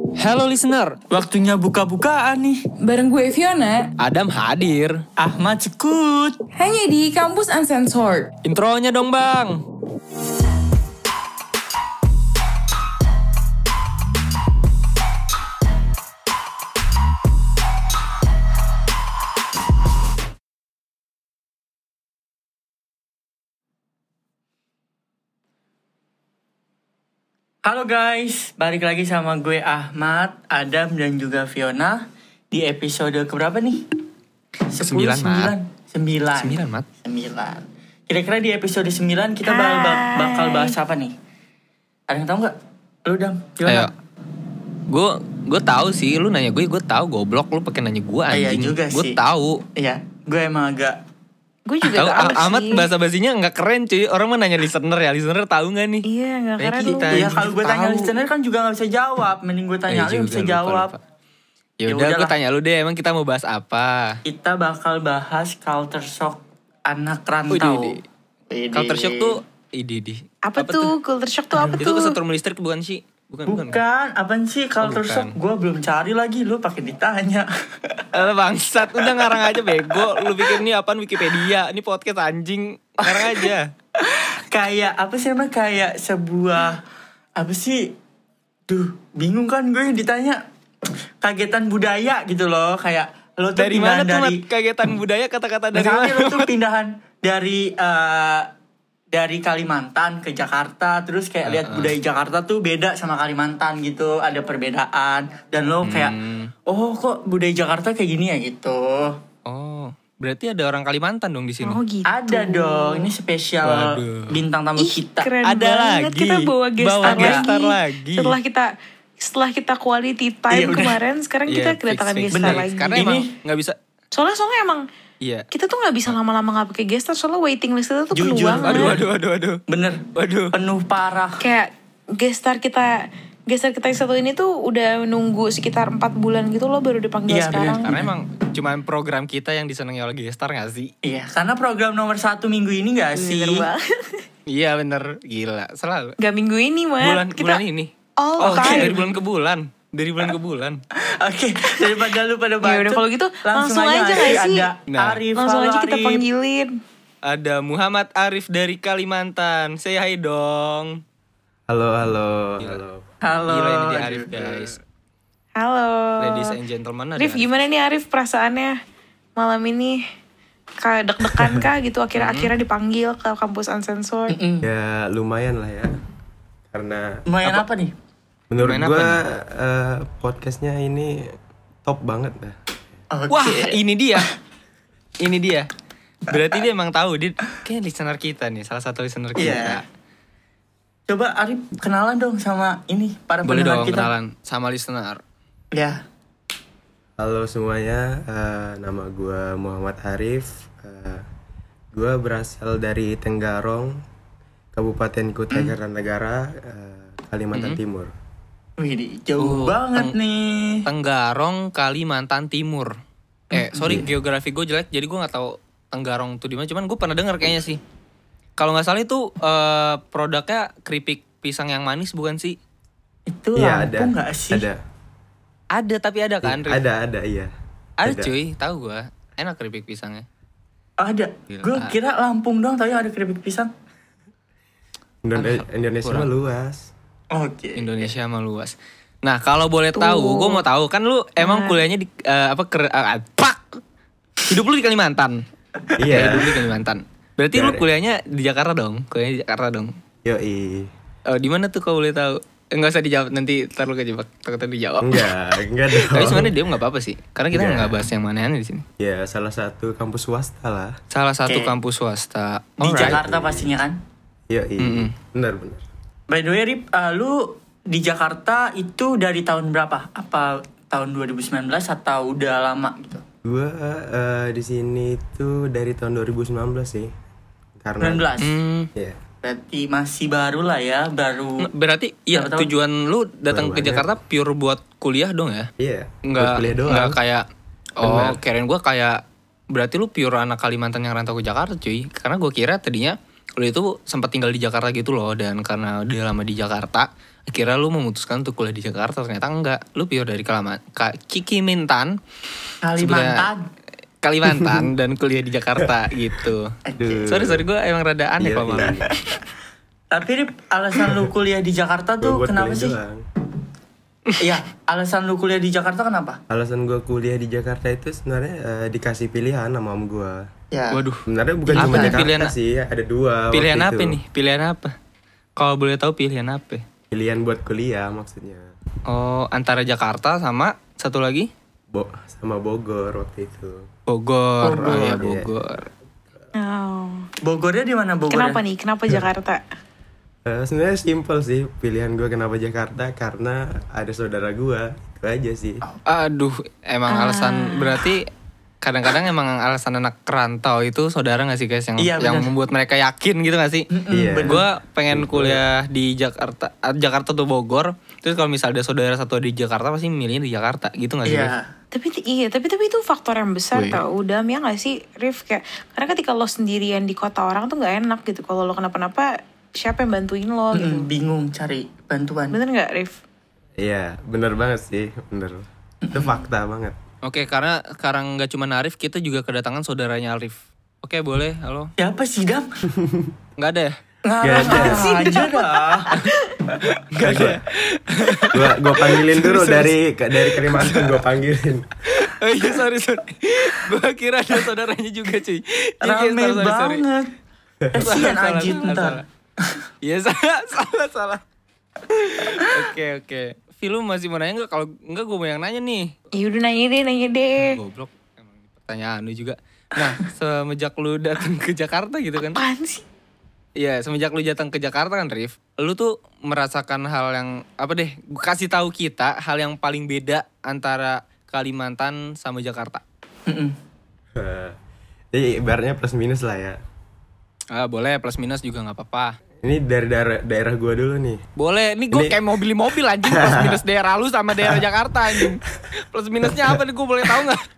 Halo listener, Waktunya buka-bukaan nih. Bareng gue Fiona, Adam hadir. Ahmad Cekut. hanya di Kampus Uncensored. Intronya dong bang. Halo guys, balik lagi sama gue Ahmad, Adam dan juga Fiona di episode keberapa nih? 9, Mat. 9. 9, Mat. 9. Kira-kira di episode 9 kita bakal bahas apa nih? Ada yang tahu nggak? Lu Dam, Ayo. Fiona? Gue tahu sih, lu nanya gue tahu goblok, lu pakai nanya gue anjing. Iya juga Gue sih. tahu. Iya, gue emang agak. Gue juga Tahu tahu sih. Ahmad bahasa basinya nggak keren cuy. Orang mah nanya listener ya, listener tahu nggak nih? Iya gak Kayak keren kita. lu. Iya, kalau gue tanya tahu. listener kan juga nggak bisa jawab. Mending gue tanya lu yang bisa jawab. Ya Ya udah, gue udahlah. tanya lu deh, emang kita mau bahas apa? Kita bakal bahas culture shock anak Wih, rantau. di. Culture shock tuh, idi. Apa tuh? Culture shock tuh apa Itu tuh? kesetrum listrik bukan sih? Bukan. Bukan, apaan sih culture bukan. shock? Gue belum cari lagi, lu pakai ditanya. Bangsat, udah ngarang aja bego. Lu pikir nih apaan Wikipedia? Ini podcast anjing. Ngarang aja. Kayak apa sih namanya? Kayak sebuah apa sih? Duh, bingung kan gue yang ditanya. Kagetan budaya gitu loh, kayak lo tuh Dari mana pindahan tuh dari Mat, kagetan budaya, kata-kata dari misalnya mana? lo tuh pindahan dari Kalimantan ke Jakarta, terus kayak lihat budaya Jakarta tuh beda sama Kalimantan gitu, ada perbedaan, dan lo kayak oh kok budaya Jakarta kayak gini ya gitu. Oh, berarti ada orang Kalimantan dong di sini. Oh gitu. Ada dong, ini spesial Waduh. bintang tamu Ih, kita. keren Ada banget. lagi. Kita bawa Bawa gestar lagi. lagi. Setelah kita quality time Iya, udah. kemarin, sekarang kita Iya, kedatangan fix. gestar Bener. lagi. Karena Ini- emang nggak bisa. Soalnya emang Iya. kita tuh nggak bisa lama-lama nggak pakai gestar. Soalnya waiting list itu tuh penuh Jujur. banget. Aduh. Bener, Waduh. penuh parah. Kayak gestar kita yang satu ini tuh udah nunggu sekitar 4 bulan gitu loh baru dipanggil Iya, sekarang. Karena emang cuma program kita yang disenangi oleh gestar nggak sih? Iya, karena program nomor 1 minggu ini gak sih? Bener banget. Iya bener, gila. Selalu. Gak minggu ini mah. Bulan ini. All Oke, time. dari bulan ke bulan. Dari bulan ke bulan. Oke, daripada lu pada Ya bacot. udah kalau gitu langsung aja Arif. gak sih? Ada Nah. Arif, Langsung halo aja kita Arif. panggilin. Ada Muhammad Arif dari Kalimantan. Say hi dong. Halo. Halo. Gila ini dia aduh. Arif guys. Halo. Ladies and gentlemen, ada Arif gimana nih Arif perasaannya malam ini? Kayak deg-degan kah gitu akhirnya dipanggil ke kampus Uncensored? Ya lumayan lah ya. Karena Lumayan apa nih? menurut Lumayan gua apa podcastnya ini top banget dah. Oke. Wah, ini dia. Ini dia. Berarti dia emang tahu, dia kayak listener kita nih, salah satu listener kita. Iya. Coba Arif kenalan dong sama ini para Boleh pendengar dong kita. kenalan sama listener. Ya. Halo semuanya, nama gua Muhammad Arif. Gua berasal dari Tenggarong, Kabupaten Kutai Kartanegara, Kalimantan Timur. Wih, jauh banget nih. Tenggarong, Kalimantan Timur. Sorry, geografi gue jelek, jadi gue nggak tahu Tenggarong tuh di mana. Cuman gue pernah dengar kayaknya sih. Kalau nggak salah itu produknya keripik pisang yang manis bukan sih? Itu Iya Lampung gak sih? Ada, Tapi ada kan? Rif? ada, iya. Ada cuy, tahu gue. Enak keripik pisangnya. Ada. Gila. Gue kira Lampung dong, tapi ada keripik pisang. Indonesia mah luas. Oke. Indonesia mah luas. Nah kalau boleh tahu, gue mau tahu kan lu emang kuliahnya di hidup lu di Kalimantan. Iya. Hidup lu di Kalimantan. Berarti lu Dari- kuliahnya di Jakarta dong? Kuliahnya di Jakarta dong? Yoi. Oh, di mana tuh kalau boleh tahu? Enggak usah dijawab, nanti ntar lu kejebak, takutnya dijawab. Enggak dong. Tapi sebenarnya dia nggak apa-apa sih, karena kita Enggak. nggak bahas yang mana-mana di sini. Ya salah satu kampus swasta lah. Salah satu Oke. kampus swasta. Di Alright. Jakarta pastinya kan? Yoi. Benar. By the way, Rip, lu di Jakarta itu dari tahun berapa? Apa tahun 2019 atau udah lama gitu? Gua di sini tuh dari tahun 2019 sih. Karena 19. ya. Berarti masih baru lah ya, baru. Berarti ya Berapa tahun? tujuan lu datang Baru ke banget. Jakarta pure buat kuliah dong ya? Iya. buat Enggak kuliah doang. enggak kayak Benar. kirain gue kayak berarti lu pure anak Kalimantan yang rantau ke Jakarta cuy. Karena gue kira tadinya lu itu sempat tinggal di Jakarta gitu loh, dan karena udah lama di Jakarta Kira lu memutuskan untuk kuliah di Jakarta, ternyata enggak. Lu pure dari Cikimintan, Kalimantan dan kuliah di Jakarta gitu. Aduh. Sorry gue emang rada aneh Iya, kalau malam. iya. Tapi Rip, alasan lu kuliah di Jakarta tuh Buat kenapa kuliah sih? doang. Iya, alasan lu kuliah di Jakarta kenapa? Alasan gue kuliah di Jakarta itu sebenarnya dikasih pilihan sama om gue. Ya. Waduh. Sebenarnya bukan Apa cuma nih Jakarta pilihan? sih, ada dua. Pilihan waktu apa itu. nih? Pilihan apa? Kalau boleh tahu pilihan apa? Pilihan buat kuliah maksudnya. Oh, antara Jakarta sama satu lagi? Sama Bogor waktu itu. Bogor. Bogor, Oh iya, iya. Bogor. Oh. Bogornya di mana Bogornya? Kenapa nih? Kenapa Jakarta? Sebenarnya simpel sih pilihan gue kenapa Jakarta, karena ada saudara gue, itu aja sih. Aduh, emang alasan berarti kadang-kadang emang alasan anak kerantau itu saudara gak sih guys yang Iya, yang benar. membuat mereka yakin gitu gak sih? Iya. bener. Gue pengen kuliah di Jakarta tuh Bogor. Terus kalau misalnya ada saudara satu di Jakarta pasti milihnya di Jakarta gitu gak sih? Rif? Iya. Tapi itu faktor yang besar Wih. tau. Udah ya gak sih Rif, kayak karena ketika lo sendirian di kota orang tuh gak enak gitu. Kalau lo kenapa-napa siapa yang bantuin lo gitu. Bingung cari bantuan. Bener gak Rif? Iya, bener banget sih, bener. Itu fakta banget. Oke, karena sekarang gak cuma Arif, kita juga kedatangan saudaranya Arif. Oke, boleh. Halo. Siapa sih Dam? Gak ada ya? Ngarang ada. aja dah. Gak ada. Gua panggilin dulu dari Kalimantan, gue panggilin. Oh iya, sorry. Gue kira ada saudaranya juga cuy. Iya, Rame sorry. banget. Kasian Salah, Ajit salah, ntar. salah. Iya, salah. Oke. Film masih mau nanya nggak? Kalau enggak gue mau yang nanya nih. Ya udah nanya deh. Goblok. Emang pertanyaan lu juga. Nah, semenjak lu datang ke Jakarta gitu kan? Apaan sih? Iya, semenjak lu datang ke Jakarta kan, Rif, lu tuh merasakan hal yang apa deh? Kasih tahu kita hal yang paling beda antara Kalimantan sama Jakarta. Jadi ibaratnya plus minus lah ya. Boleh plus minus juga nggak apa-apa. Ini dari daerah gue dulu nih. Boleh, nih gue Ini- kayak mau beli mobil anjing plus minus daerah lu sama daerah Jakarta anjing. Plus minusnya apa nih, gue boleh tahu nggak?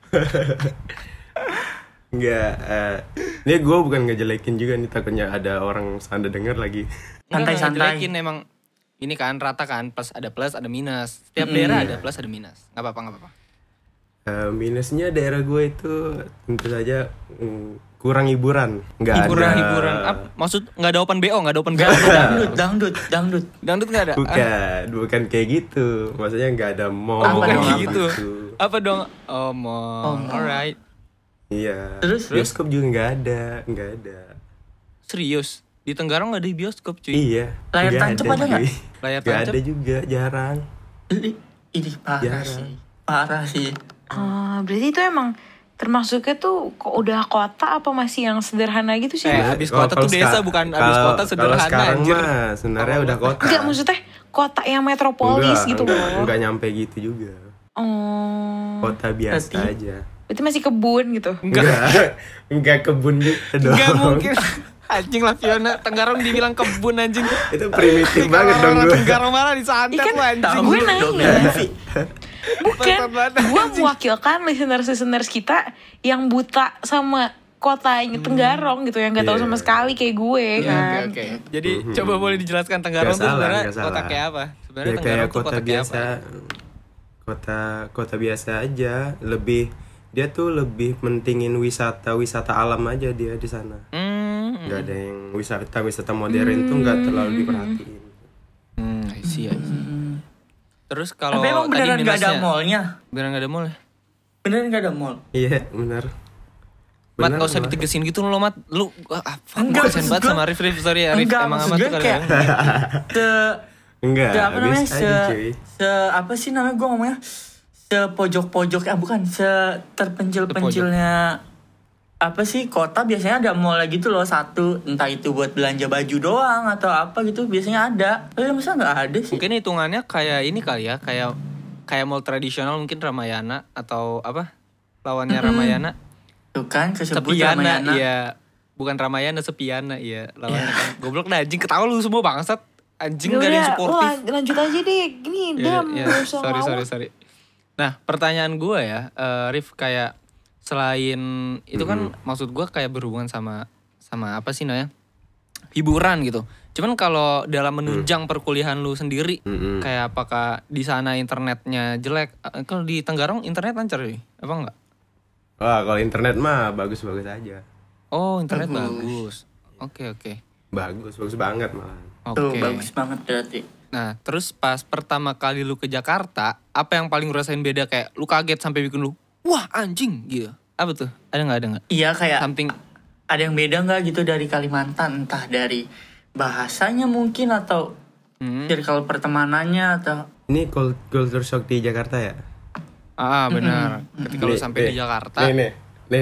Enggak, ini gue bukan ngejelekin juga nih, takutnya ada orang sanda denger lagi. Enggak Santai-santai. ngejelekin, emang ini kan rata kan, plus ada minus. Setiap daerah ada plus ada minus. Nggak apa-apa. Minusnya daerah gue itu tentu saja kurang hiburan. Nggak ada. Hiburan. Maksud nggak ada open BO, nggak ada open BO. Dangdut. Dangdut nggak ada. Bukan kayak gitu. Maksudnya nggak ada mall. Oh, bukan dong, kayak apa? gitu. Apa dong? Oh, mall. Alright. Iya. Terus? Bioskop juga nggak ada. Serius? Di Tenggarong nggak ada bioskop cuy. Iya. Layar nggak tancap ada nggak? cuy. Layar Nggak tancap? ada juga, jarang. Ini parah sih. Berarti itu emang termasuknya tuh kok udah kota apa masih yang sederhana gitu sih? Abis kota tuh desa, bukan abis kota Kalau sederhana sekarang anjir. mah sebenarnya udah kota. Enggak, maksudnya kota yang metropolis gitu loh. Enggak nyampe gitu juga. Oh, Kota biasa Berarti- aja. berarti masih kebun gitu. Enggak kebun juga dong. Nggak mungkin. Anjing lah Fiona, Tenggarong dibilang kebun anjing. Itu primitif banget dong Orang gue. Tenggarong malah disantet Ikan lu anjing. gue nanya. Bukan, Bangsat banget, gue anjing. mewakilkan listeners kita yang buta sama kota Tenggarong gitu, yang nggak tahu Iya. sama sekali kayak gue kan. Oke. Jadi coba boleh dijelaskan Tenggarong Nggak tuh salah, sebenarnya nggak kota salah. kayak apa? Sebenarnya Ya Tenggarong kayak tuh kota kota kayak biasa. apa? Kota biasa aja, dia tuh lebih mentingin wisata alam aja dia di sana. Nggak ada yang wisata modern tuh nggak terlalu diperhatiin. I see. Terus kalau Tapi emang tadi beneran gak ada minusnya, mallnya? beneran gak ada mall ya? Beneran gak ada mall? Iya benar. Mat, Benar, gak usah Mat. ditegesin gitu lo, Mat. Lu, Enggak, kasian maksud banget gua- sama Rif. Sorry ya, Rif. Enggak, Emang maksud amat gue tuh kayak Enggak, apa namanya, biasa aja, cuy. apa sih namanya gue ngomongnya, sepojok-pojok, bukan, seterpencil-pencilnya apa sih kota biasanya ada mall gitu loh satu, entah itu buat belanja baju doang atau apa gitu biasanya ada. Tapi masa nggak ada sih? Mungkin hitungannya kayak ini kali ya, kayak mall tradisional mungkin Ramayana atau apa? Lawannya Ramayana. Tuh kan kesebut Sepiana, Ramayana. iya. Bukan Ramayana, Sepiana, iya. Lawannya kan. Goblok dah anjing, ketawa lu semua bangsat. Anjing gak ada yang suportif. Lanjut aja deh. Gini, Iya, Dam, iya. gak usah ngawak. Sorry. Nah, pertanyaan gue ya, Rif, kayak selain itu kan maksud gue kayak berhubungan sama apa sih namanya? hiburan gitu. Cuman kalau dalam menunjang perkuliahan lu sendiri, kayak apakah di sana internetnya jelek? Kalau di Tenggarong internet lancar ya? Apa enggak? Wah, kalau internet mah bagus-bagus aja. Oh, internet bagus. Oke. Bagus banget malah. Tuh, Oke. bagus banget berarti. Nah, terus pas pertama kali lu ke Jakarta, apa yang paling lu rasain beda, kayak lu kaget sampai bikin lu, wah anjing gitu? Apa tuh? Ada nggak? Iya kayak Something. ada yang beda nggak gitu dari Kalimantan, entah dari bahasanya mungkin atau dari kalau pertemanannya atau Ini culture shock di Jakarta ya? Benar. Ketika lu sampai di Jakarta. Nih.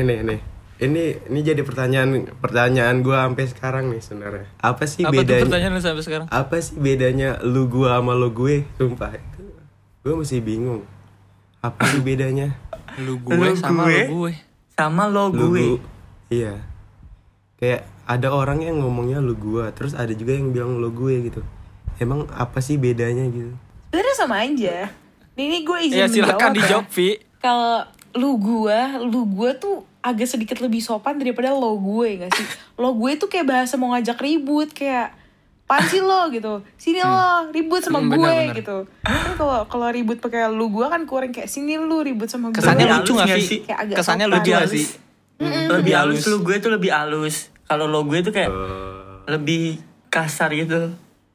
Ini jadi pertanyaan gue sampai sekarang nih sebenarnya. Apa sih Apa tuh bedanya? pertanyaan lu sampai sekarang? Apa sih bedanya lu gua sama lu gue? Sumpah itu gue masih bingung. Apa sih bedanya? Lu gue sama lu gue. sama lo gue. Iya. Kayak ada orang yang ngomongnya lu gua, terus ada juga yang bilang lu gue gitu. Emang apa sih bedanya gitu? Sebenarnya sama aja. Ini gue izin Ya silakan menjawab dijawab, Vi. Kalau lu gue tuh agak sedikit lebih sopan daripada lo gue gak sih? Lo gue tuh kayak bahasa mau ngajak ribut, kayak apaan sih lo gitu, sini lo ribut sama gue benar. gitu. Kan kalau ribut pakai lu gue kan kurang, kayak sini lu ribut sama gue. Kesannya Lebih lucu halus gak nggak sih? sih? Kayak agak Kesannya sopan. lucu gak sih? Lebih halus, lu gue tuh lebih halus. Kalau lo gue tuh kayak Eh, lebih kasar gitu.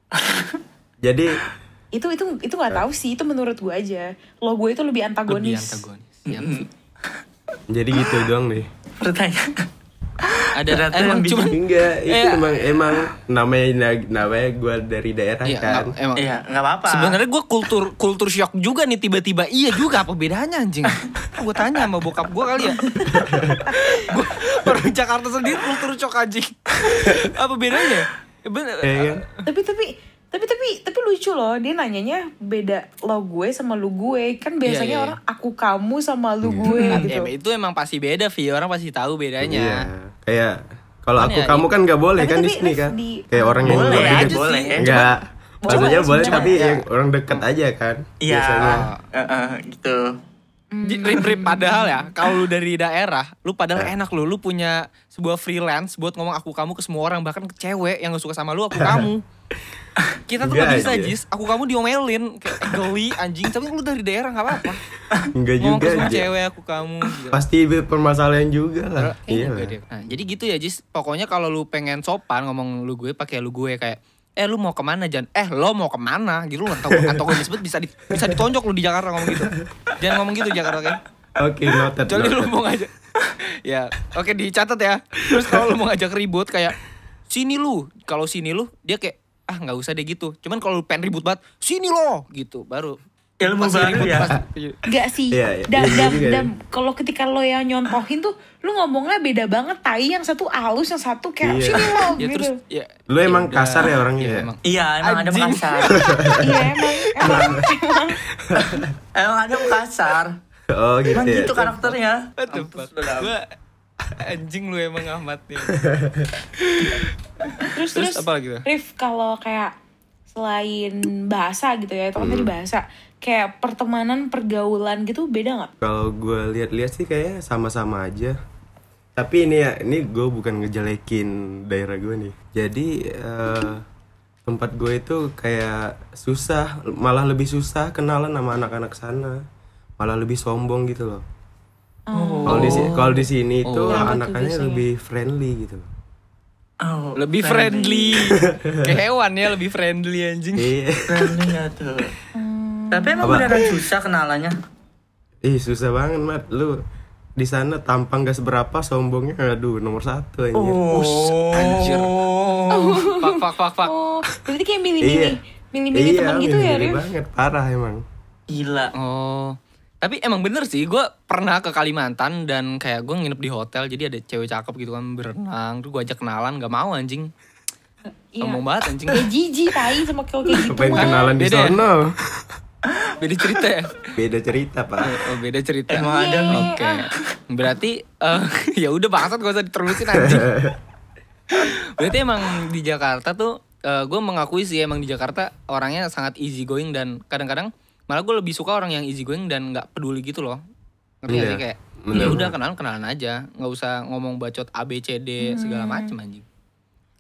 jadi Itu nggak tahu sih, itu menurut gue aja. Lo gue itu lebih Lebih antagonis. antagonis. Ya. jadi gitu doang nih. Pertanyaan. Ada Ternyata emang yang bikin cuman Enggak, itu Eh. emang namanya gue dari daerah iya, kan. emang. Iya, nggak apa-apa. Sebenarnya gue kultur shock juga nih, tiba-tiba iya juga, apa bedanya anjing? Gue tanya sama bokap gue kali ya. Gue orang Jakarta sendiri kultur shock anjing. Apa bedanya? Bener. Iya kan? Tapi lucu loh, dia nanyanya beda lo gue sama lu gue. Kan biasanya Iya. orang aku kamu sama lu gue gitu. Itu emang pasti beda, Vi. Orang pasti tahu bedanya. Iya. Kayak kalau Kan aku ya, kamu kan nggak boleh Tapi- kan di tapi sini Rif, kan. di- Kayak orang yang Boleh lebih aja dekat. boleh. Enggak. Maksudnya boleh sebenarnya. tapi yang orang dekat aja kan. Iya, Biasanya. gitu. Rip padahal ya, kalau lu dari daerah, lu padahal enak lu punya sebuah freelance buat ngomong aku kamu ke semua orang, bahkan ke cewek yang gak suka sama lu, aku kamu. Kita tuh gak Enggak bisa, aja. Jis. Aku kamu diomelin kayak geli anjing, tapi lu dari daerah gak apa-apa. Enggak Ngomong juga ke semua aja. cewek aku kamu gitu. Pasti permasalahan juga lah. Iya Enggak lah. deh. Nah, jadi gitu ya, Jis. Pokoknya kalau lu pengen sopan ngomong lu gue, pakai lu gue, kayak lu mau kemana Jan? Lo mau kemana? Gitu lu atau gue disebut bisa ditonjok lu di Jakarta ngomong gitu. Jangan ngomong gitu di Jakarta, oke? Oke, noted. Jadi lu noted. mau ngajak ya, oke dicatat ya. Terus kalau lu mau ngajak ribut kayak sini lu, kalau sini lu dia kayak nggak usah deh gitu. Cuman kalau lu pengen ribut banget, sini lo gitu baru. Ilmu Pasti baru ribut, ya. pasti. Enggak sih. Iya, iya. Dan Iya juga ya. kalau ketika lo yang nyontohin tuh, lu ngomongnya beda banget. Tai yang satu halus, yang satu kayak Iya. sini lo Ya gitu. terus ya. Lu emang udah. kasar ya orangnya ya? Emang. Iya, emang ada Anjing. kasar. Iya emang. Emang ada kasar. Oh gitu Emang ya. gitu karakternya. Aduh, Mampus lu dah. gua anjing lu emang Ahmad nih. Terus apa lagi tuh? Rif, kalau kayak selain bahasa gitu ya, itu kan tadi bahasa, kayak pertemanan, pergaulan gitu beda nggak? Kalau gue lihat-lihat sih kayaknya sama-sama aja. Tapi ini gue bukan ngejelekin daerah gue nih. Jadi tempat gue itu kayak susah, malah lebih susah kenalan sama anak-anak sana. Malah lebih sombong gitu loh. Kalau di sini itu Oh. anak-anaknya Betul, lebih friendly gitu loh. Oh, Lebih friendly. Kayak hewan ya, lebih friendly anjing. Iya. Friendly ya tuh. Tapi emang Apa? beneran susah kenalannya. Ih susah banget Mat. Lu di sana tampang gak seberapa sombongnya aduh nomor 1 anjir. Anjir. Fak. Oh, berarti kayak Iya. milih-milih teman gitu ya, milih-milih Rif? banget parah emang. Gila. Oh, tapi emang bener sih, gue pernah ke Kalimantan dan kayak gue nginep di hotel, jadi ada cewek cakep gitu kan berenang, terus gue ajak kenalan, gak mau anjing, Iya. sombong banget anjing. Kayak jijik, tai sama kayak gitu. Pengen mah. kenalan di Beda ya? sono. Beda cerita ya? Beda cerita pak. Oh, beda cerita. Emang ada nih. Oke, berarti ya udah bangsat gak usah diterusin anjing. Berarti emang di Jakarta tuh, gue mengakui sih emang di Jakarta orangnya sangat easy going dan kadang-kadang malah gue lebih suka orang yang easy going dan nggak peduli gitu loh. Ngerti gak Iya, sih kayak bener. ya udah kenalan aja, nggak usah ngomong bacot A B C D segala macem anjing.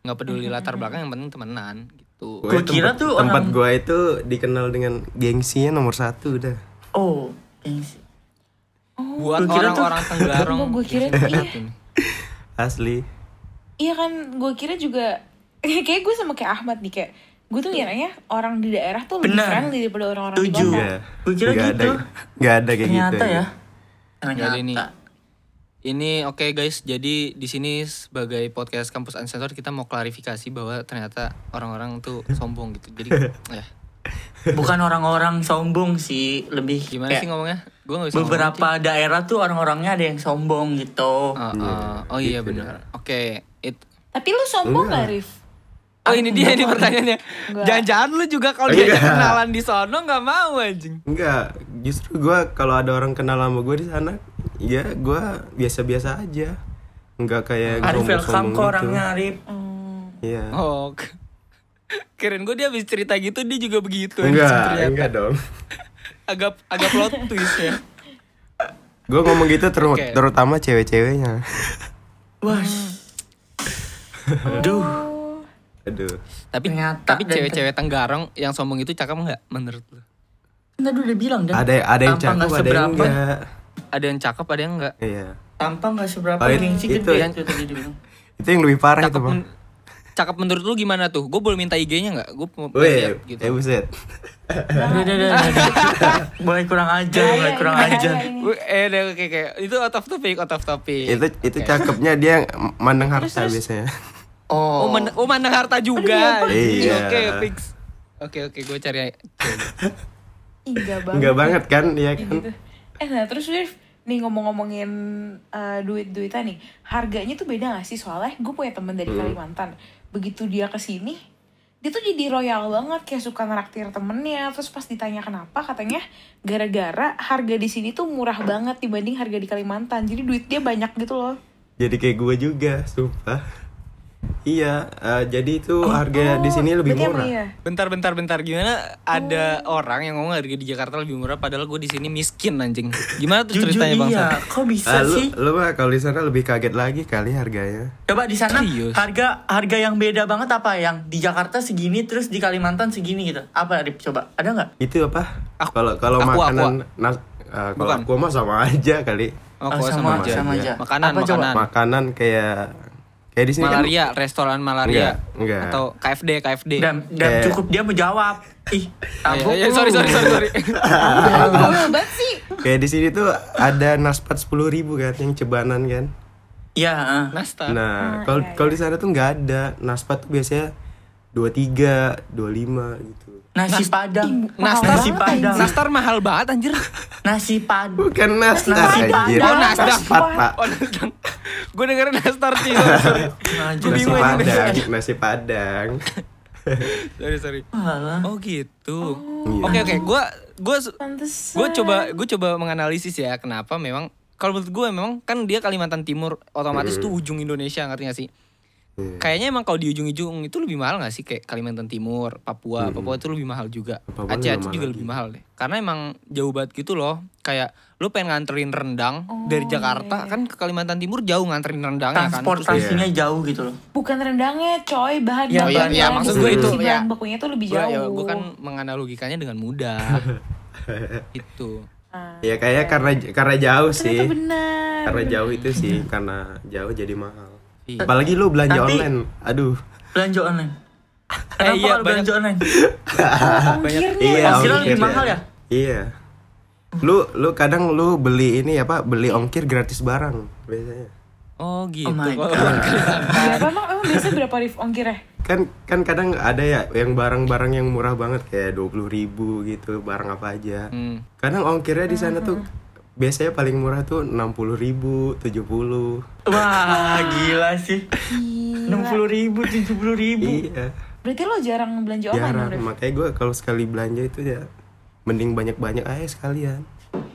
nggak peduli latar belakang, yang penting temenan gitu. Gua kira tuh tempat orang- gue itu dikenal dengan gengsinya nomor 1 udah. Oh, gengsi. Buat Gua kira tuh- orang-orang Tenggarong. Gua kira tuh, iya. Asli. Iya kan, gue kira juga kayak gue sama kayak Ahmad nih, kayak gue tuh ngiranya orang di daerah tuh lebih Benar. friendly daripada orang-orang di Setuju. kota. Iya. Gua kira Nggak gitu. Nggak ada kayak gitu. Ternyata ya. Jadi Ternyata. ini oke guys, jadi di sini sebagai podcast Kampus Unsensor kita mau klarifikasi bahwa ternyata orang-orang tuh sombong gitu. Jadi ya Bukan orang-orang sombong sih, lebih gimana kayak sih ngomongnya? Gue nggak bisa ngomong, beberapa daerah tuh orang-orangnya ada yang sombong gitu. Cing. Oh iya gitu benar. Oke, Tapi lu sombong Enggak. gak, Rif? Oh ini dia ini pertanyaannya. Enggak. Jangan-jangan lu juga kalau diajak kenalan di sono nggak mau anjing. Enggak, justru gue kalau ada orang kenal sama gue di sana, ya gue biasa-biasa aja. Enggak kayak Arif welcome sombong-sombong ke gitu. orangnya Arif. Iya. Oh. Kirain gue dia habis cerita gitu dia juga begitu. Enggak dong. Agak plot twist ya. Gue ngomong gitu Oke. terutama cewek-ceweknya. Wah. Duh. Aduh. Tapi Ternyata dan- cewek-cewek Tenggarong yang sombong itu cakep nggak menurut lu? Tadi udah bilang dan Ada yang tampang cakep, nggak ada yang seberapa. enggak. Ada yang cakep, ada yang enggak. Iya. Tampang gak seberapa, Oh, gengsi itu gede yang- itu tadi dibilang. Itu yang lebih parah itu, Cakep, Bang. cakep menurut lu gimana tuh? Gue boleh minta IG-nya nggak? Gue mau Weh, lihat gitu. buset. Udah. Boleh kurang aja, boleh kurang aja. Oke. Itu out of topic. Itu cakepnya dia mandang harta biasanya. Oh, mandang harta juga. Iya. Oke, fix. Oke, gue cari. Ih, enggak banget. Enggak banget kan, iya Kayak kan? gitu. Nah terus Rif, nih ngomongin duit-duitan nih, harganya tuh beda gak sih? Soalnya gue punya temen dari Kalimantan, begitu dia kesini, dia tuh jadi royal banget, kayak suka nraktir temennya. Terus pas ditanya kenapa, katanya gara-gara harga di sini tuh murah banget dibanding harga di Kalimantan. Jadi duit dia banyak gitu loh. Jadi kayak gue juga, sumpah. Iya, jadi itu harga di sini lebih berarti emang murah. iya. Bentar. Gimana ada orang yang ngomong harga di Jakarta lebih murah padahal gue di sini miskin anjing. Gimana tuh Jujur ceritanya Bang iya, Sat? kok bisa Lu sih? mah kalau di sana lebih kaget lagi kali harganya. Coba di sana Serius? harga yang beda banget apa? Yang di Jakarta segini terus di Kalimantan segini gitu. Apa Arif? Coba, ada nggak? Itu apa? Aku- Kalau aku. makanan kalau Bukan. aku mah sama aja kali. Oh, Oh, gua sama aja. aja. Makanan. Apa coba? Makanan kayak di sini Malaria, restoran malaria. Enggak. Atau KFD. Dan Kayak- cukup dia menjawab. Ih, tabok Iya, lu. sorry. Bawel banget sih. Kayak di sini tuh ada naspat 10.000 kan yang cebanan kan. Iya, Nastar. Nah, kalau di sana tuh nggak ada. Naspat tuh biasanya 23, 25 gitu. nasi padang. Nastar, Nasi padang. Nastar mahal banget anjir. Nasi padang. Bukan nastar Nasi anjir. padang. Oh, nastar. Naspat, Pak. Oh, Nastar. Gue dengerin Nastar sih. Sorry. Anjir. Gua Nasi bingung ini. padang, nasi padang. Sorry. Alah. Oh gitu. Iya. Oke. Pantesan. Gue coba menganalisis ya kenapa memang kalau menurut gue memang kan dia Kalimantan Timur otomatis tuh ujung Indonesia, ngerti gak sih? Iya. Kayaknya emang kalau di ujung-ujung itu lebih mahal gak sih, kayak Kalimantan Timur, Papua itu lebih mahal juga. Papua Aceh juga juga mahal lebih mahal deh. Karena emang jauh banget gitu loh. Kayak lu pengen nganterin rendang dari Jakarta kan ke Kalimantan Timur jauh nganterin rendangnya kan. Terus- Transportasinya jauh gitu loh. Bukan rendangnya coy, bahan Ya, bakunya. iya, maksud gue itu, Distribusi ya. bahan bakunya tuh lebih Gua, jauh. gue kan menganalogikannya dengan mudah. Itu. Ya kayaknya karena jauh sih. Ternyata benar. Karena jauh itu sih, karena jauh jadi mahal. Iya. Apalagi lu belanja Nanti- online. Aduh. Belanja online. Kenapa iya, kalau belanja online? Ongkirnya. Iya, Ongkirnya lebih ongkirnya. mahal ya? Iya. Lu kadang lu beli ini apa? Beli ongkir gratis barang biasanya. Oh gitu. Oh my Kalau- Berapa emang biasa berapa Rif ongkirnya? Kan kadang ada ya yang barang-barang yang murah banget kayak 20.000 gitu, barang apa aja. Hmm. Kadang ongkirnya di sana tuh biasanya paling murah tuh 60.000, 70. Wah, gila sih. 60.000, 70.000. Iya. Berarti lo jarang belanja online dong, Jarang. Rif? Makanya gue kalau sekali belanja itu ya mending banyak-banyak aja sekalian.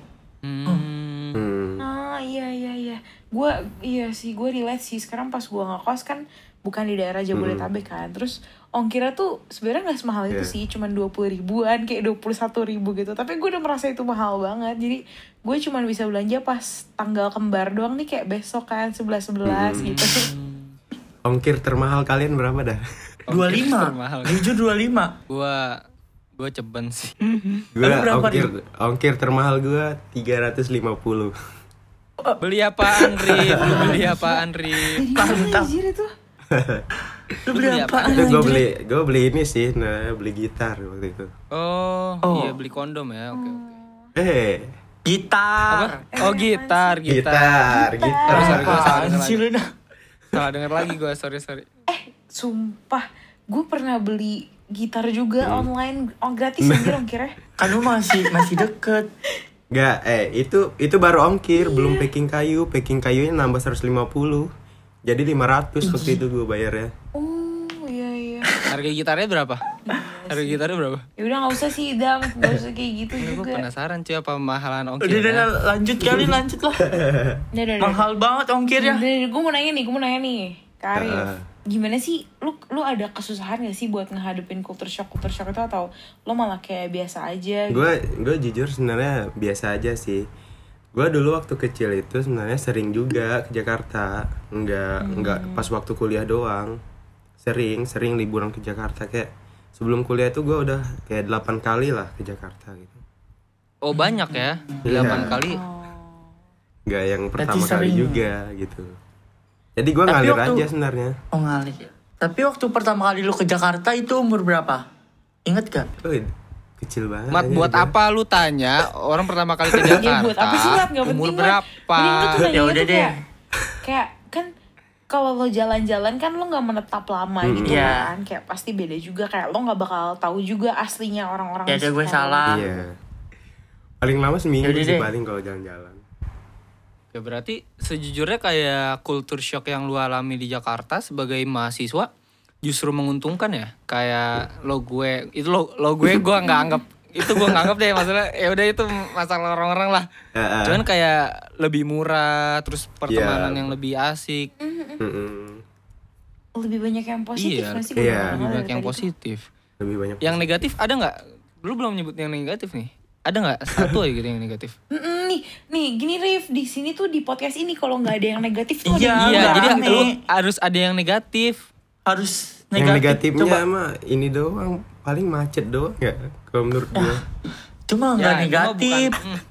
Hmm. Ah iya. Gue relate sih. Sekarang pas gue ngekos kan bukan di daerah Jabodetabek kan. Terus ongkirnya tuh sebenarnya nggak semahal itu Iya. sih, cuman 20.000-an, kayak 21.000 gitu. Tapi gue udah merasa itu mahal banget. Jadi gue cuman bisa belanja pas tanggal kembar doang nih, kayak besok kan 11-11 gitu. ongkir termahal kalian berapa dah? 25. termahal. Jujur 25. Gua ceben sih. Gua berapa, ongkir termahal gua 350. Beli apaan, Rif? Lu beli apaan, Rif? Mantap. Anjir itu. Lu beli apaan? Itu anjir? gue beli ini sih, beli gitar waktu itu. Oh, Oh. iya beli kondom ya. Oke. Gitar. Oh, gitar. Gitar. Sorry, gua salah Apaan denger sih lagi. lu dah? Salah denger lagi gua, sorry. Sumpah, gue pernah beli gitar juga online, gratis anjir ongkirnya. Kan lu masih deket. Enggak, itu baru ongkir, belum packing kayu. Packing kayunya nambah 150. Jadi 500 waktu itu gue bayarnya. Oh iya. Harga gitarnya berapa? Harga gitarnya berapa? Ya udah nggak usah sih Dam, nggak usah kayak gitu Gue juga. penasaran cuy apa mahalan ongkir. Udah, lanjut kali, lanjut lah. Udah. Mahal banget ongkirnya. Gue mau nanya nih, Kak Arif. Heeh. Gimana sih, lu ada kesusahan gak sih buat ngehadapin culture shock itu, atau lo malah kayak biasa aja gitu? Gue jujur sebenarnya biasa aja sih. Gue dulu waktu kecil itu sebenarnya sering juga ke Jakarta. Enggak pas waktu kuliah doang. Sering liburan ke Jakarta. Kayak sebelum kuliah itu gue udah kayak 8 kali lah ke Jakarta gitu. Oh banyak ya? 8 Iya. kali. Nggak yang pertama Berarti kali sering. juga gitu. Jadi gue Tapi ngalir waktu- aja sebenarnya. Oh ngalir. Tapi waktu pertama kali lu ke Jakarta itu umur berapa? Ingat gak? Kecil banget. Mat, aja buat gitu. apa lu tanya orang pertama kali ke Jakarta? Ya buat apa sih Mat? Gak penting Umur Mat. berapa? Mending lu tuh nanya Ya udah tuh deh. kayak kan kalau lo jalan-jalan kan lo nggak menetap lama gitu Iya. kan, kayak pasti beda juga, kayak lo nggak bakal tahu juga aslinya orang-orang Ya di ada gue sekitar lo. salah. Iya. Paling lama seminggu Yaudah sih deh. paling kalau jalan-jalan. Ya berarti sejujurnya kayak culture shock yang lu alami di Jakarta sebagai mahasiswa justru menguntungkan ya. Kayak lo gue nggak anggap itu gue nggak anggap deh, masalah ya udah itu masalah orang-orang lah. Cuman kayak lebih murah, terus pertemanan Iya. yang lebih asik. Mm-mm. Lebih banyak yang positif Iya, nggak sih? iya. Lebih banyak yang positif. Lebih banyak. Yang negatif ada nggak? Lu belum nyebut yang negatif nih. Ada nggak satu aja gitu yang negatif? Nih gini Rif, di sini tuh di podcast ini kalau nggak ada yang negatif tuh Iya, ada Iya, nggak jadi rame. lu harus ada yang negatif. Harus Yang negatif. negatifnya Coba. mah ini doang, paling macet doang ya kalau menurut gue. Cuma nggak Ya, itu mah negatif.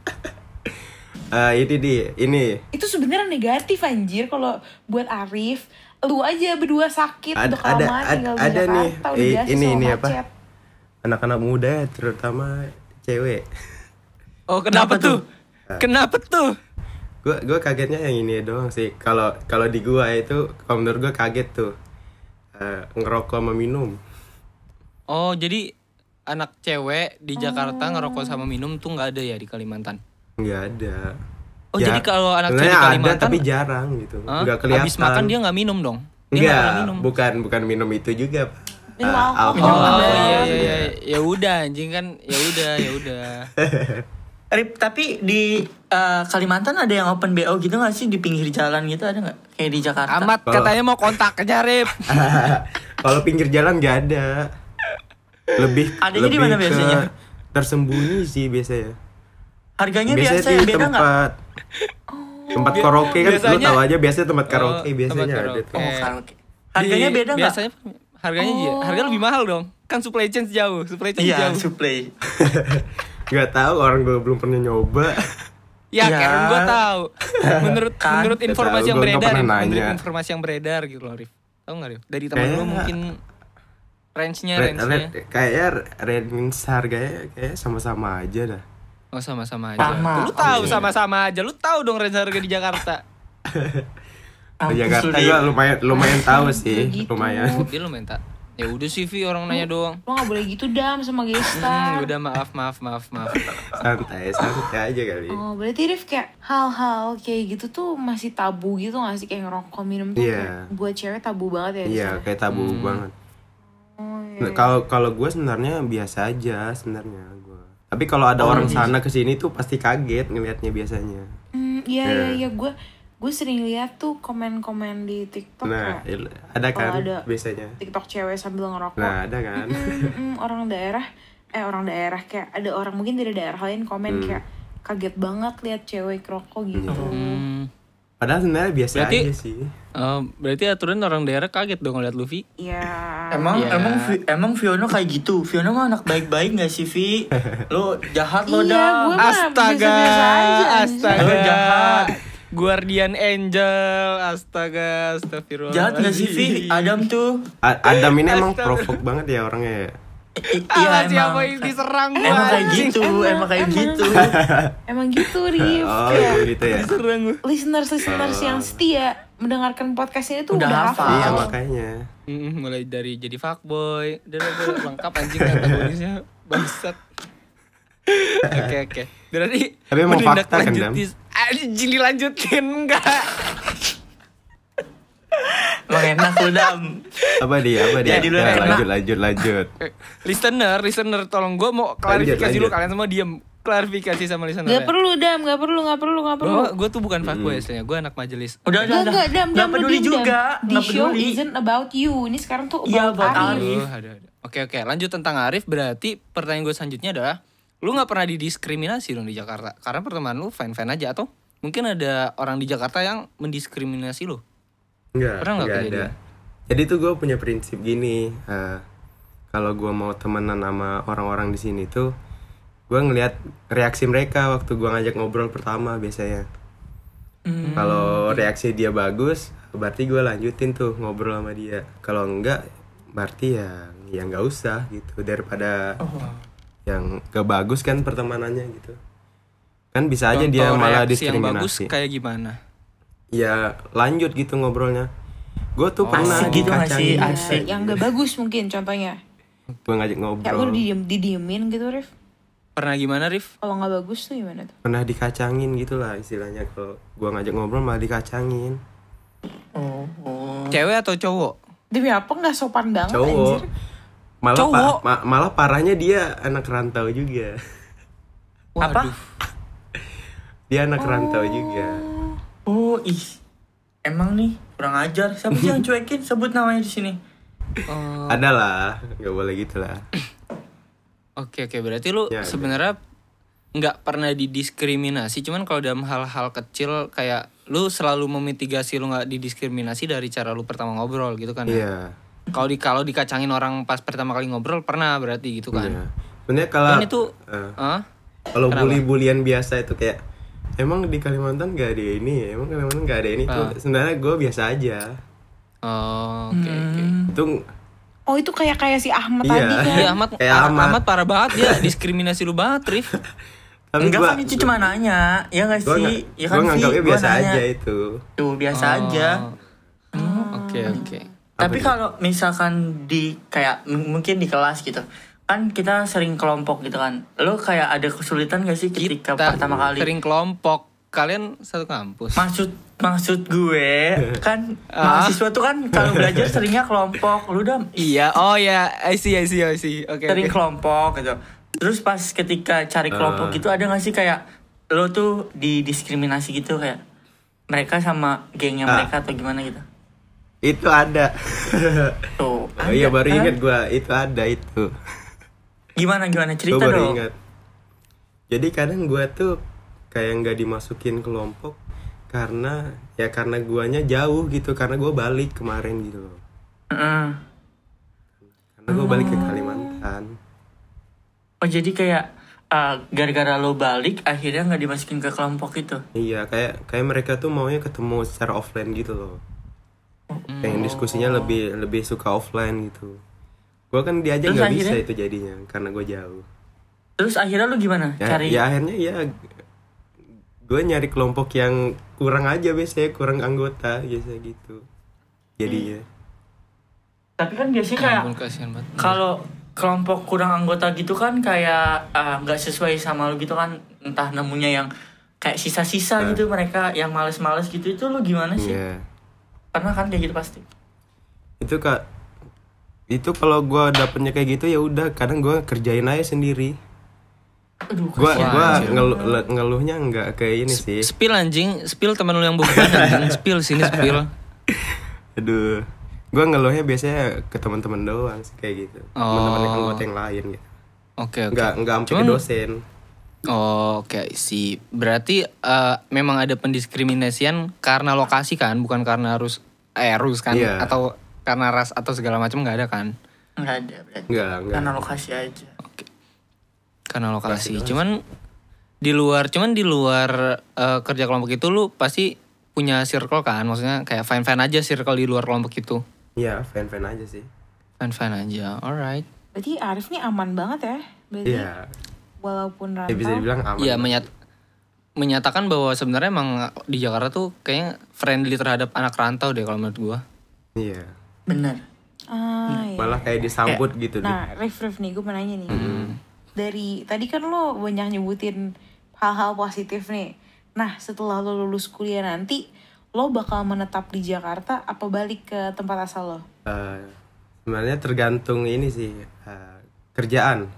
bukan, ini itu sebenarnya negatif anjir kalau buat Arif. Lu aja berdua sakit Ada- udah kelamaan ada- tinggal di ada Jakarta nih. udah biasa Ini sama apa? macet. anak-anak muda ya, terutama cewek. Oh, kenapa Kenapa tuh? Kenapa tuh? Gue kagetnya yang ini doang sih. Kalau di gua itu, kalau menurut gue kaget tuh ngerokok sama minum. Oh, jadi anak cewek di Jakarta ngerokok sama minum tuh nggak ada ya di Kalimantan? Nggak ada. Oh, jadi kalau anak cewek di sebenarnya Kalimantan- ada tapi jarang gitu. Hah? Nggak kelihatan. Habis makan dia nggak minum dong? Dia nggak Enggak, pernah minum. bukan minum itu juga, Pak. Minum Alkohol. Oh, Iya, iya. Ya udah anjing kan. Ya udah. Rip, tapi di Kalimantan ada yang open BO gitu gak sih di pinggir jalan gitu, ada nggak? Kayak di Jakarta. Amat katanya mau kontak aja, Rip. Kalau pinggir jalan nggak ada. Adanya di mana ke biasanya? Tersembunyi sih biasanya. Harganya Biasanya biasa ya, di beda nggak? tempat karaoke kan, lu biasanya- tahu aja biasanya tempat karaoke tempat biasanya ada karaoke. tuh. Oh, karaoke. Harganya beda nggak? Biasanya harga lebih mahal dong. Kan supply chain jauh, Iya, jauh. supply. Nggak tahu, orang gue belum pernah nyoba. Ya, Iya. kan gue tahu. Menurut Kan. menurut informasi Nggak yang tahu, gua nggak beredar, pernah menurut nanya. informasi yang beredar gitu loh, Rif. Tahu nggak, Rif? Dari teman lu Kayaknya- mungkin range-nya. Kayaknya range harganya kayak sama-sama aja dah. Oh, sama-sama aja. Sama. Lu tahu Oke. sama-sama aja. Lu tahu dong range harga di Jakarta. Di Jakarta gue lumayan tahu sih, Gitu. lumayan. Dia lu minta. Ya udah sih, Vi, orang nanya doang. Lo gak boleh gitu Dam sama Gestar. Udah maaf. Santai aja kali. Oh, berarti Rif kayak hal-hal kayak gitu tuh masih tabu gitu gak sih? Kayak ngerokok minum tuh Iya. kayak buat cewek tabu banget ya di Iya, sana? kayak tabu banget. Oh, iya. Nah, kalau gue sebenarnya biasa aja sebenarnya gue. Tapi kalau ada orang sana kesini tuh pasti kaget ngelihatnya biasanya. Iya, gue sering lihat tuh komen-komen di TikTok Nah, kayak ada kan kalau ada biasanya. TikTok cewek sambil ngerokok. Nah, ada kan. Orang daerah kayak ada orang mungkin dari daerah lain komen kayak kaget banget lihat cewek ngerokok gitu. Padahal sebenarnya biasa Berarti- aja sih. Berarti aturan orang daerah kaget dong ngeliat Luffy. Ya. Emang Fiona kayak gitu. Fiona mah anak baik-baik gak sih, Vi? Lo jahat lo Iya, dah. gue mah biasa-biasa aja. Astaga. Lo jahat. Guardian Angel, astaga, astagfirullah. Jahat gak sih, Vi? Adam tuh. Adam ini emang provok banget ya orangnya ya. Iya siapa emang. yang diserang gua, Emang kayak anjing. gitu, emang kayak gitu. Emang gitu, Rif. Oh Kayak gitu ya. Diserang gua. listeners yang setia mendengarkan podcast ini tuh Udah udah hafal. Iya hafal. makanya. Mulai dari jadi fuckboy, udah lengkap anjing antagonisnya bangsat. Oke. Berarti Tapi emang fakta kan, Dam? Anjing dilanjutin enggak? Emang enak lo, Dam. Apa dia? Ya, di luar Ya, enak. lanjut. Listener, tolong gue mau klarifikasi dulu, lanjut. kalian semua diam. Klarifikasi sama listener. Gak perlu, Dam, gak perlu. Gue tuh bukan fuckboy aslinya, gue anak majelis. Udah. Gak, Dam, Nggak peduli lu diem, juga. Dam. The Nggak show peduli. isn't about you. Ini sekarang tuh Iya, about about Arif. Arif. Ada. Oke, lanjut tentang Arif. Berarti pertanyaan gue selanjutnya adalah, lu nggak pernah didiskriminasi dong di Jakarta? Karena pertemanan lu fine aja, atau mungkin ada orang di Jakarta yang mendiskriminasi lu? Enggak Pernah nggak ada. kejadian? Jadi tuh gue punya prinsip gini. Kalau gue mau temenan sama orang-orang di sini tuh, gue ngelihat reaksi mereka waktu gue ngajak ngobrol pertama biasanya. Kalau reaksi dia bagus, berarti gue lanjutin tuh ngobrol sama dia. Kalau enggak, berarti ya nggak usah gitu, daripada yang gak bagus kan pertemanannya gitu. Kan bisa aja dia Contoh malah reaksi yang bagus diskriminasi. kayak gimana? Ya lanjut gitu ngobrolnya. Gue tuh pernah Asik gitu nggak sih? dikacangin. Asik. Yang gak bagus mungkin contohnya. Gue ngajak Kayak lu ngobrol. didiemin gitu, Rif. Pernah gimana, Rif? Kalau gak bagus tuh gimana tuh? Pernah dikacangin gitu lah istilahnya. Kalau gue ngajak ngobrol malah dikacangin. Oh. Cewek atau cowok? Demi apa gak sopan banget Cowok. anjir. Malah Cowok. malah parahnya dia anak rantau juga. Apa? Dia anak rantau juga. Oh, ih. Emang nih kurang ajar. Siapa sih yang cuekin? Sebut namanya di sini. Ada lah, nggak boleh gitu lah. Oke, berarti lu Ya, sebenarnya nggak pernah didiskriminasi, cuman kalau dalam hal-hal kecil kayak lu selalu memitigasi lu nggak didiskriminasi dari cara lu pertama ngobrol gitu kan? Iya. Kalau dikacangin orang pas pertama kali ngobrol pernah berarti gitu kan? Iya. Sebenarnya kalau Dan itu kalau kenapa? bully-bulian biasa itu kayak emang di Kalimantan gak ada ini, emang Kalimantan gak ada ini tuh. Sebenarnya gue biasa aja. Oh, oke. Itu Oh itu kayak si Ahmad Iya. tadi kan. Iya, Ahmad, Kayak Ahmad. Parah banget dia diskriminasi lu banget, Rif. tapi Enggak gua, kan itu cuma nanya. Ya nggak gua sih? Ya kan gua nganggapnya Vi, gua biasa nanya. aja itu. Tuh biasa aja. Oke. Tapi kalau misalkan di kayak mungkin di kelas gitu, kan kita sering kelompok gitu kan. Lo kayak ada kesulitan gak sih ketika Kita pertama kali? sering kelompok. Kalian satu kampus. Maksud gue kan mahasiswa tuh kan kalau belajar seringnya kelompok. Lu udah Iya, oh ya, I see. Oke. sering kelompok gitu. Terus pas ketika cari kelompok gitu ada gak sih kayak lo tuh didiskriminasi gitu kayak mereka sama gengnya mereka atau gimana gitu? Itu ada. Tuh. Oh iya baru kan? ingat gue itu ada itu. Gimana Gue cerita baru dong. ingat. Jadi kadang gue tuh kayak nggak dimasukin kelompok karena guanya jauh gitu, karena gue balik kemarin gitu loh. Heeh. Karena gue balik ke Kalimantan. Oh jadi kayak gara-gara lo balik akhirnya nggak dimasukin ke kelompok itu. Iya, kayak mereka tuh maunya ketemu secara offline gitu loh. Kayak diskusinya lebih suka offline gitu. Gue kan diajak Terus nggak bisa akhirnya? itu jadinya karena gue jauh. Terus akhirnya lo gimana? Ya akhirnya ya gue nyari kelompok yang kurang aja biasanya, kurang anggota biasanya gitu. Jadinya. Tapi kan biasanya kayak Ampun, kasihan banget. kalau kelompok kurang anggota gitu kan kayak nggak sesuai sama lo gitu kan, entah nemunya yang kayak sisa-sisa gitu mereka yang males-males gitu, itu lo gimana sih? Iya. Pernah kan kayak gitu pasti. Itu kalau gue dapetnya kayak gitu ya udah, kadang gue kerjain aja sendiri. Aduh, Gua kasihan. ngeluhnya nggak kayak ini sih. Spill anjing, spill teman lu yang beban anjing, spill sini spill. Aduh, gue ngeluhnya biasanya ke teman-teman doang sih kayak gitu. Teman-teman yang anggota yang lain gitu. Oke. Nggak sampai ke Cuman- dosen. Oke sih. Berarti memang ada pendiskriminasian karena lokasi kan, bukan karena harus kan, Iya. atau karena ras atau segala macam nggak ada kan? Nggak ada berarti. Enggak. Karena lokasi aja. Karena lokasi. Lokasi Cuman di luar kerja kelompok itu lu pasti punya circle kan? Maksudnya kayak fine aja circle di luar kelompok itu. Iya, fan aja sih. Fine aja. Alright. Berarti Arif nih aman banget ya. Berarti Iya. walaupun rantau. Ya bisa dibilang aman. Iya, menyatakan bahwa sebenarnya emang di Jakarta tuh kayaknya friendly terhadap anak rantau deh kalau menurut gua. Iya. Bener. Iya. Malah kayak disambut gitu deh. Nah, Rif nih gue mau nanya nih. Dari tadi kan lo banyak nyebutin hal-hal positif nih. Nah, setelah lo lulus kuliah nanti, lo bakal menetap di Jakarta apa balik ke tempat asal lo? Sebenarnya tergantung ini sih kerjaan.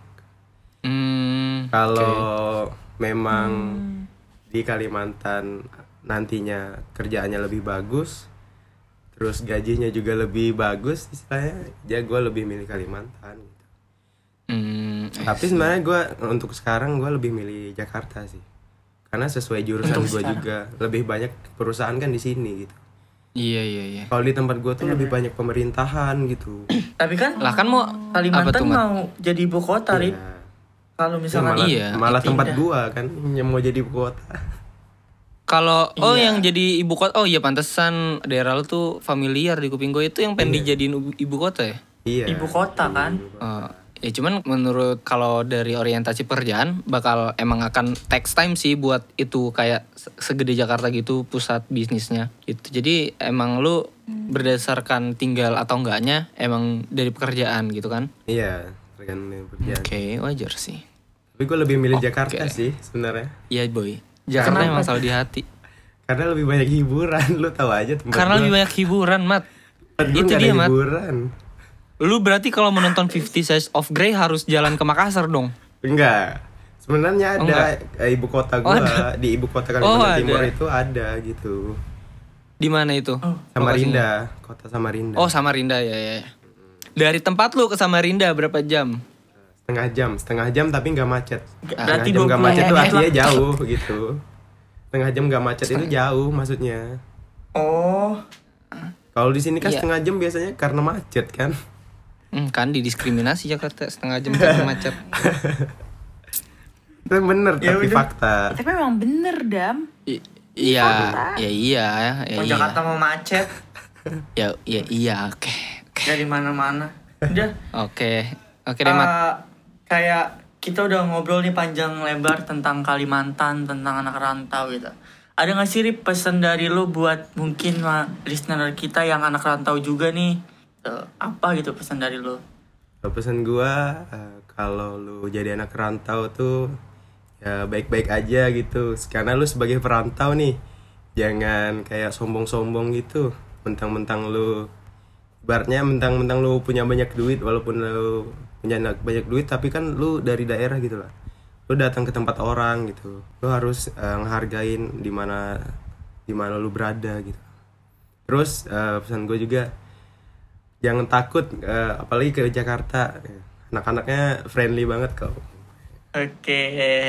Kalau memang di Kalimantan nantinya kerjaannya lebih bagus, terus gajinya juga lebih bagus, istilahnya ya gue lebih milih Kalimantan. Tapi sebenarnya gue untuk sekarang gue lebih milih Jakarta sih, karena sesuai jurusan gue juga lebih banyak perusahaan kan di sini gitu. Iya. Kalau di tempat gue tuh lebih banyak pemerintahan gitu. Tapi kan Lah kan mau Kalimantan apa tuh, Mat? mau jadi ibu kota, Rip. Ya, Kalau misalkan malah dipindah. tempat gue kan yang mau jadi ibu kota. Kalau Iya. yang jadi ibu kota, oh iya pantesan daerah lu tuh familiar di kuping gue itu yang pengen dijadiin ibu kota ya? Iya. Ibu kota kan. Ya cuman menurut kalau dari orientasi pekerjaan bakal emang akan takes time sih buat itu kayak segede Jakarta gitu pusat bisnisnya gitu. Jadi emang lu berdasarkan tinggal atau enggaknya emang dari pekerjaan gitu kan? Iya, tergantung dari pekerjaan. Oke, wajar sih. Tapi gue lebih milih Oke. Jakarta sih sebenarnya. Iya boy. Jakarta Kenapa? emang selalu di hati. Karena lebih banyak hiburan, lu tahu aja tempat Karena gua. lebih banyak hiburan, Mat. Tempat gua Itu nggak ada dia, Mat. hiburan. Lu berarti kalau menonton 50 Shades of Grey harus jalan ke Makassar dong. Enggak. Sebenarnya Oh, ada ibu kota gua, ada. di ibu kota Kalimantan ada. Timur itu ada gitu. Di mana itu? Samarinda, kota Samarinda. Oh, Samarinda ya. Dari tempat lu ke Samarinda berapa jam? Setengah jam tapi nggak macet. Berarti Setengah jam nggak macet tuh 20 artinya jauh gitu. Setengah jam nggak macet itu jauh maksudnya. Oh, Kalau di sini kan Iya. setengah jam biasanya karena macet kan. Kan didiskriminasi Jakarta setengah jam karena macet. Itu bener Ya tapi udah. fakta. Tapi memang bener, Dam. Iya, ya mau iya. Jakarta mau macet Ya iya, oke. dari mana-mana. Udah. Oke deh, Mat. Kayak kita udah ngobrol nih panjang lebar tentang Kalimantan, tentang anak rantau gitu. Ada gak sih Rip, pesan dari lu buat mungkin listener kita yang anak rantau juga nih? Apa gitu pesan dari lu? Kalau pesan gua kalau lu jadi anak rantau tuh ya baik-baik aja gitu. Karena lu sebagai perantau nih jangan kayak sombong-sombong gitu. Mentang-mentang lu ibaratnya mentang-mentang lu punya banyak duit, walaupun lu punya banyak duit tapi kan lu dari daerah gitu lah. Lu datang ke tempat orang gitu. Lu harus ngehargain di mana lu berada gitu. Terus pesan gue juga jangan takut apalagi ke Jakarta. Anak-anaknya friendly banget kok. Oke,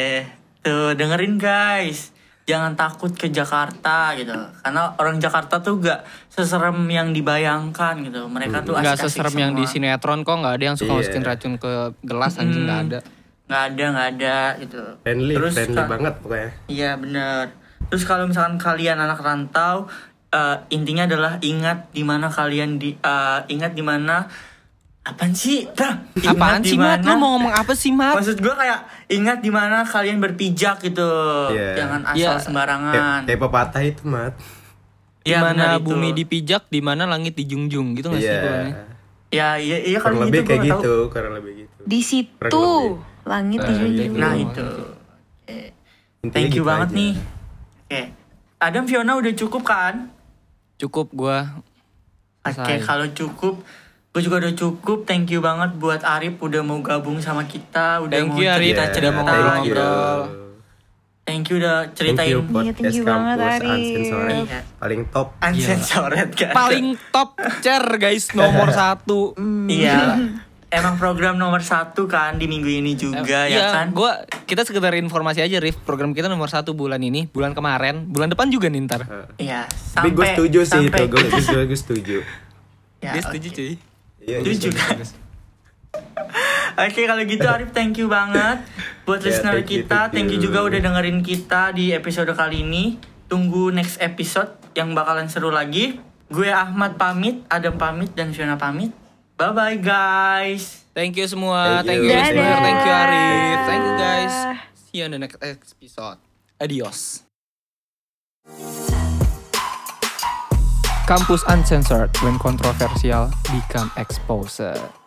tuh dengerin guys, jangan takut ke Jakarta gitu, karena orang Jakarta tuh gak seserem yang dibayangkan gitu. Mereka tuh Nggak asik-asik seserem yang di semua. sinetron kok, nggak ada yang suka Iya. masukin racun ke gelas anjing, nggak ada. nggak ada gitu. Friendly Ka- banget pokoknya. Iya bener. Terus kalau misalkan kalian anak rantau, intinya adalah ingat di mana kalian ingat di mana. Apaan sih? Ingat Apaan sih, Mat? Lu mau ngomong apa sih, Mat? Maksud gue kayak ingat di mana kalian berpijak gitu. Iya. Jangan asal Iya. sembarangan. Kayak pepatah itu, Mat. Di Iya, mana benar itu. bumi dipijak, di mana langit dijunjung gitu nggak sih Iya. pokoknya? Iya Kurang kalau lebih gitu kayak gue nggak gitu, kurang lebih gitu. Di situ Kurang langit gitu. dijunjung. Nah Oh, itu. Oke. Intinya Thank you gitu banget aja. nih. Oke. Adam Fiona udah cukup kan? Cukup gua. Oke, Selesai. kalau cukup, gue juga udah cukup. Thank you banget buat Arif udah mau gabung sama kita, udah Thank mau you, Arif. cerita-cerita. Udah mau Thank you. ngobrol-ngobrol. Thank you udah Thank ceritain you Iya, podcast thank you banget, kampus Arif. Uncensored. Iya. Paling top. uncensored kan. Paling top chair guys, nomor 1. Iya. emang program nomor 1 kan di minggu ini juga ya kan. Kita sekedar informasi aja Rif, program kita nomor 1 bulan ini, bulan kemarin, bulan depan juga nih ntar. Iya. Tapi gue setuju sih itu, gue setuju. Ya, Dia setuju cuy. Iya, setuju kan. Oke, kalau gitu Arif thank you banget buat listener kita. Thank you juga udah dengerin kita di episode kali ini. Tunggu next episode yang bakalan seru lagi. Gue Ahmad pamit, Adam pamit, dan Fiona pamit. Bye bye guys. Thank you semua. Thank Thank you. you listener. Dadah. Thank you Arif. Thank you guys. See you on the next episode. Adios. Kampus Uncensored, when controversial become exposed.